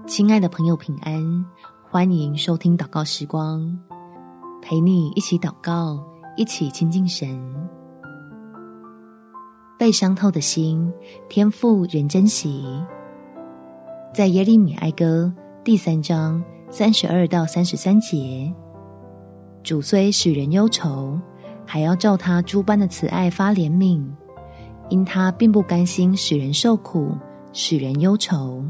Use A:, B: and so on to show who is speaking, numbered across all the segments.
A: 亲爱的朋友平安，欢迎收听祷告时光，陪你一起祷告，一起亲近神。被伤透的心，天父仍珍惜。在耶利米哀歌第3章32到33节，主虽使人忧愁，还要照他诸般的慈爱发怜悯，因他并不甘心使人受苦，使人忧愁。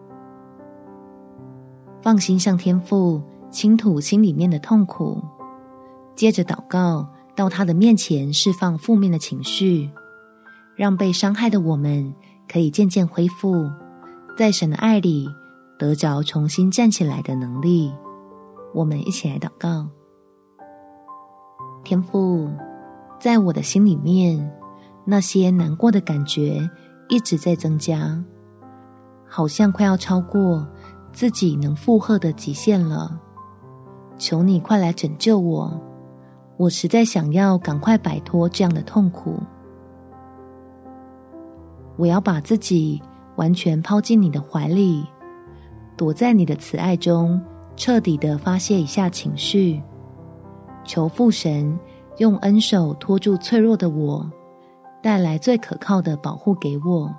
A: 放心向天父倾吐心里面的痛苦，接着祷告到他的面前，释放负面的情绪，让被伤害的我们可以渐渐恢复，在神的爱里得着重新站起来的能力。我们一起来祷告。天父，在我的心里面，那些难过的感觉一直在增加，好像快要超过自己能负荷的极限了。求你快来拯救我，我实在想要赶快摆脱这样的痛苦。我要把自己完全抛进你的怀里，躲在你的慈爱中，彻底的发泄一下情绪。求父神用恩手托住脆弱的我，带来最可靠的保护给我，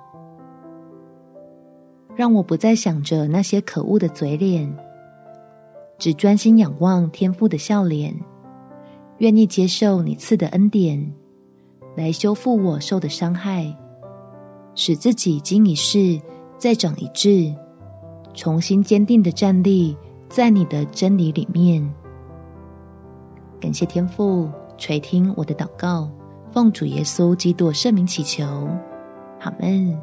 A: 让我不再想着那些可恶的嘴脸，只专心仰望天父的笑脸，愿意接受你赐的恩典，来修复我受的伤害，使自己经一事再长一智，重新坚定的站立在你的真理里面。感谢天父垂听我的祷告，奉主耶稣基督圣名祈求，阿们。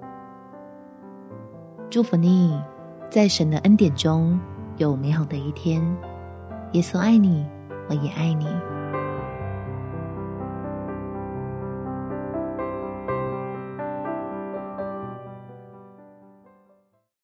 A: 祝福你在神的恩典中有美好的一天。耶稣爱你，我也爱你。